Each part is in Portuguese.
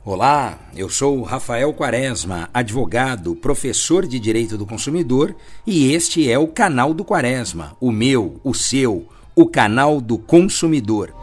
Olá, eu sou Rafael Quaresma, advogado, professor de Direito do Consumidor, e este é o canal do Quaresma, o meu, o seu, o canal do consumidor.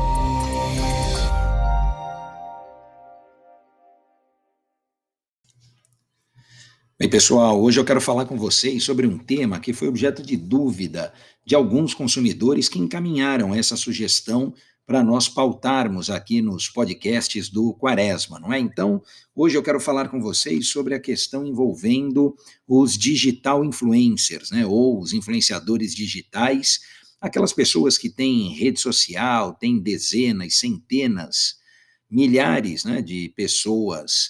Bem, pessoal, hoje eu quero falar com vocês sobre um tema que foi objeto de dúvida de alguns consumidores que encaminharam essa sugestão para nós pautarmos aqui nos podcasts do Quaresma, não é? Então, hoje eu quero falar com vocês sobre a questão envolvendo os digital influencers, né? Ou os influenciadores digitais, aquelas pessoas que têm rede social, têm dezenas, centenas, milhares, né, de pessoas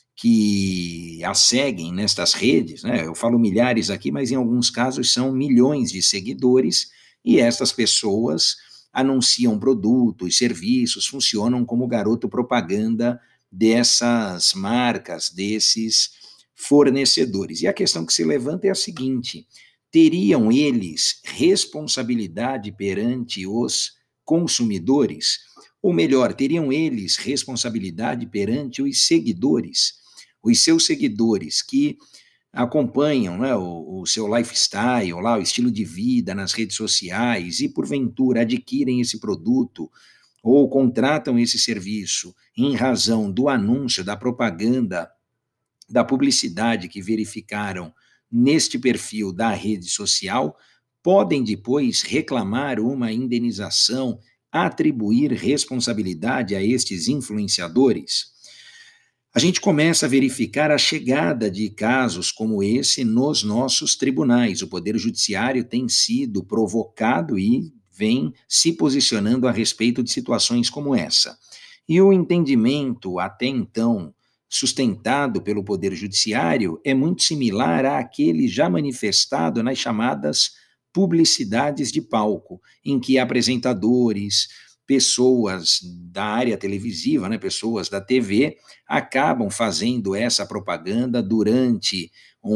que a seguem nestas redes, né? Eu falo milhares aqui, mas em alguns casos são milhões de seguidores, e estas pessoas anunciam produtos, serviços, funcionam como garoto propaganda dessas marcas, desses fornecedores. E a questão que se levanta é a seguinte: teriam eles responsabilidade perante os consumidores? Ou melhor, teriam eles responsabilidade perante os seguidores? Os seus seguidores que acompanham, né, o seu lifestyle, lá, o estilo de vida nas redes sociais e, porventura, adquirem esse produto ou contratam esse serviço em razão do anúncio, da propaganda, da publicidade que verificaram neste perfil da rede social, podem depois reclamar uma indenização, atribuir responsabilidade a estes influenciadores? A gente começa a verificar a chegada de casos como esse nos nossos tribunais. O Poder Judiciário tem sido provocado e vem se posicionando a respeito de situações como essa. E o entendimento, até então, sustentado pelo Poder Judiciário é muito similar àquele já manifestado nas chamadas publicidades de palco, em que apresentadores, pessoas da área televisiva, né, pessoas da TV, acabam fazendo essa propaganda durante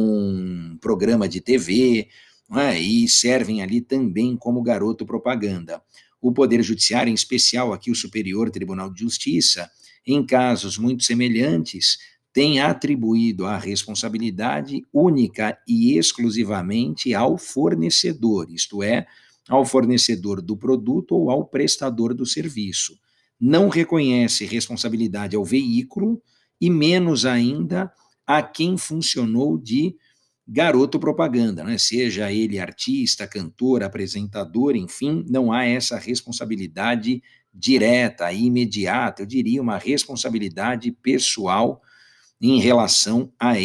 um programa de TV, né, e servem ali também como garoto propaganda. O Poder Judiciário, em especial aqui o Superior Tribunal de Justiça, em casos muito semelhantes, tem atribuído a responsabilidade única e exclusivamente ao fornecedor, isto é, ao fornecedor do produto ou ao prestador do serviço. Não reconhece responsabilidade ao veículo e menos ainda a quem funcionou de garoto propaganda, né? Seja ele artista, cantor, apresentador, enfim, não há essa responsabilidade direta, imediata, eu diria uma responsabilidade pessoal em relação a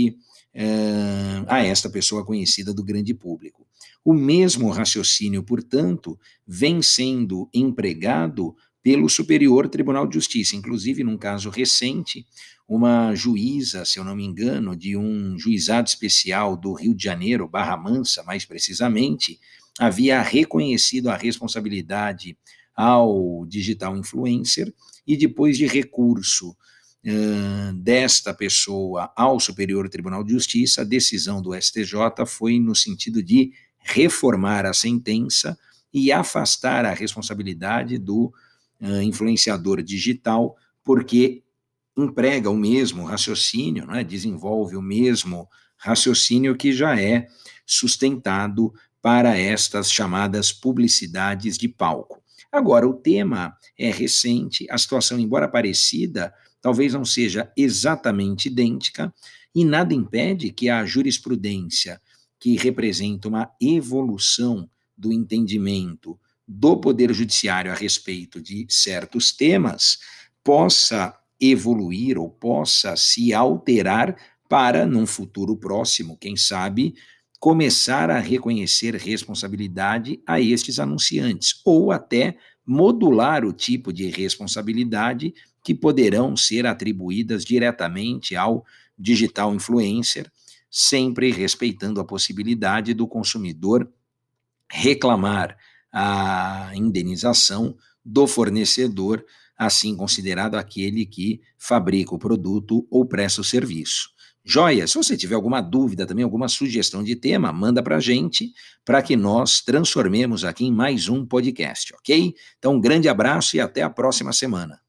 esta pessoa conhecida do grande público. O mesmo raciocínio, portanto, vem sendo empregado pelo Superior Tribunal de Justiça. Inclusive, num caso recente, uma juíza, se eu não me engano, de um juizado especial do Rio de Janeiro, Barra Mansa, mais precisamente, havia reconhecido a responsabilidade ao digital influencer e, depois de recurso desta pessoa ao Superior Tribunal de Justiça, a decisão do STJ foi no sentido de reformar a sentença e afastar a responsabilidade do influenciador digital, porque emprega o mesmo raciocínio, né, desenvolve o mesmo raciocínio que já é sustentado para estas chamadas publicidades de palco. Agora, o tema é recente, a situação, embora parecida, talvez não seja exatamente idêntica, e nada impede que a jurisprudência, que representa uma evolução do entendimento do Poder Judiciário a respeito de certos temas, possa evoluir ou possa se alterar para, num futuro próximo, quem sabe, começar a reconhecer responsabilidade a estes anunciantes, ou até modular o tipo de responsabilidade que poderão ser atribuídas diretamente ao digital influencer, sempre respeitando a possibilidade do consumidor reclamar a indenização do fornecedor, assim considerado aquele que fabrica o produto ou presta o serviço. Joia, se você tiver alguma dúvida também, alguma sugestão de tema, manda para a gente, para que nós transformemos aqui em mais um podcast, ok? Então, um grande abraço e até a próxima semana.